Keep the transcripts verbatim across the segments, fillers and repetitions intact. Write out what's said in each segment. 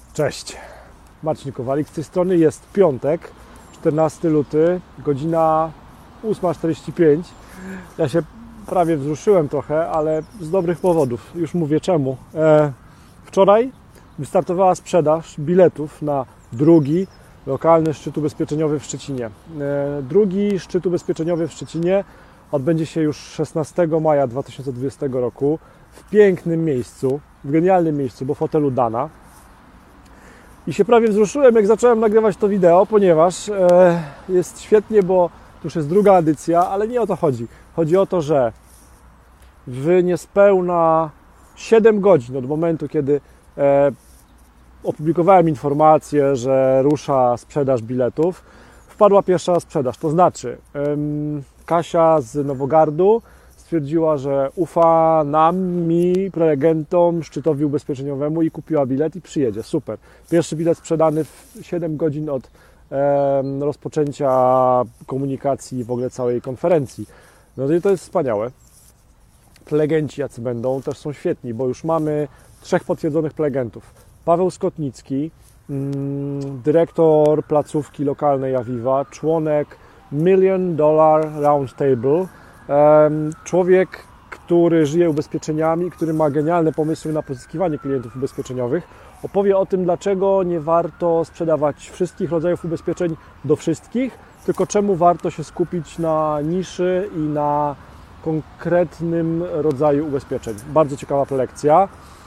Cześć, Marcin Kowalik z tej strony. Jest piątek, czternasty luty, godzina ósma czterdzieści pięć. Ja się prawie wzruszyłem trochę, ale z dobrych powodów. Już mówię czemu. E, wczoraj wystartowała sprzedaż biletów na drugi lokalny szczyt ubezpieczeniowy w Szczecinie. E, drugi szczyt ubezpieczeniowy w Szczecinie odbędzie się już szesnastego maja dwa tysiące dwudziestego roku w pięknym miejscu, w genialnym miejscu, bo w hotelu Dana. I się prawie wzruszyłem, jak zacząłem nagrywać to wideo, ponieważ e, jest świetnie, bo to już jest druga edycja, ale nie o to chodzi. Chodzi o to, że w niespełna siedem godzin od momentu, kiedy e, opublikowałem informację, że rusza sprzedaż biletów, wpadła pierwsza sprzedaż. To znaczy em, Kasia z Nowogardu stwierdziła, że ufa nam, mi, prelegentom, szczytowi ubezpieczeniowemu i kupiła bilet i przyjedzie. Super. Pierwszy bilet sprzedany w siedem godzin od e, rozpoczęcia komunikacji w ogóle całej konferencji. No i to jest wspaniałe. Prelegenci jacy będą też są świetni, bo już mamy trzech potwierdzonych prelegentów. Paweł Skotnicki, mm, dyrektor placówki lokalnej Aviva, członek Million Dollar Roundtable, człowiek, który żyje ubezpieczeniami, który ma genialne pomysły na pozyskiwanie klientów ubezpieczeniowych, opowie o tym, dlaczego nie warto sprzedawać wszystkich rodzajów ubezpieczeń do wszystkich, tylko czemu warto się skupić na niszy i na konkretnym rodzaju ubezpieczeń. Bardzo ciekawa prelekcja.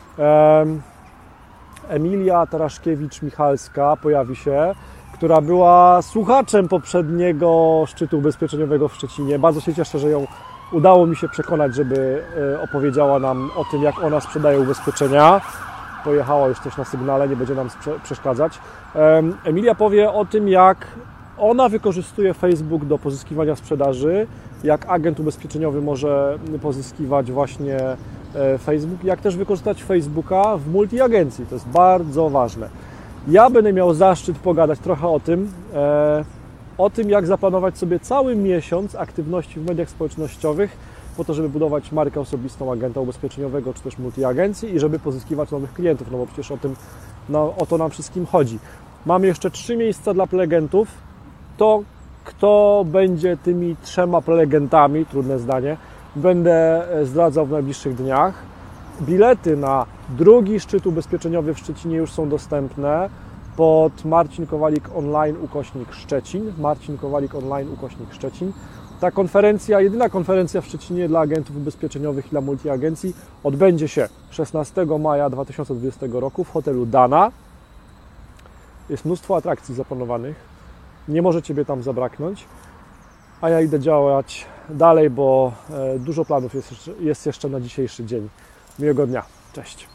Emilia Taraszkiewicz-Michalska pojawi się, która była słuchaczem poprzedniego szczytu ubezpieczeniowego w Szczecinie. Bardzo się cieszę, że ją udało mi się przekonać, żeby opowiedziała nam o tym, jak ona sprzedaje ubezpieczenia. Pojechała już też na sygnale, nie będzie nam przeszkadzać. Emilia powie o tym, jak ona wykorzystuje Facebook do pozyskiwania sprzedaży, jak agent ubezpieczeniowy może pozyskiwać właśnie Facebook, jak też wykorzystać Facebooka w multiagencji. To jest bardzo ważne. Ja będę miał zaszczyt pogadać trochę o tym, e, o tym, jak zaplanować sobie cały miesiąc aktywności w mediach społecznościowych po to, żeby budować markę osobistą agenta ubezpieczeniowego czy też multiagencji i żeby pozyskiwać nowych klientów, no bo przecież o tym, no, o to nam wszystkim chodzi. Mamy jeszcze trzy miejsca dla prelegentów. To, kto będzie tymi trzema prelegentami, trudne zdanie, będę zdradzał w najbliższych dniach. Bilety na drugi szczyt ubezpieczeniowy w Szczecinie już są dostępne pod Marcin Kowalik online ukośnik Szczecin. Marcin Kowalik online ukośnik Szczecin. Ta konferencja, jedyna konferencja w Szczecinie dla agentów ubezpieczeniowych i dla multiagencji odbędzie się szesnastego maja dwa tysiące dwudziestego roku w hotelu Dana. Jest mnóstwo atrakcji zaplanowanych. Nie może Ciebie tam zabraknąć. A ja idę działać dalej, bo dużo planów jest, jest jeszcze na dzisiejszy dzień. Miłego dnia. Cześć.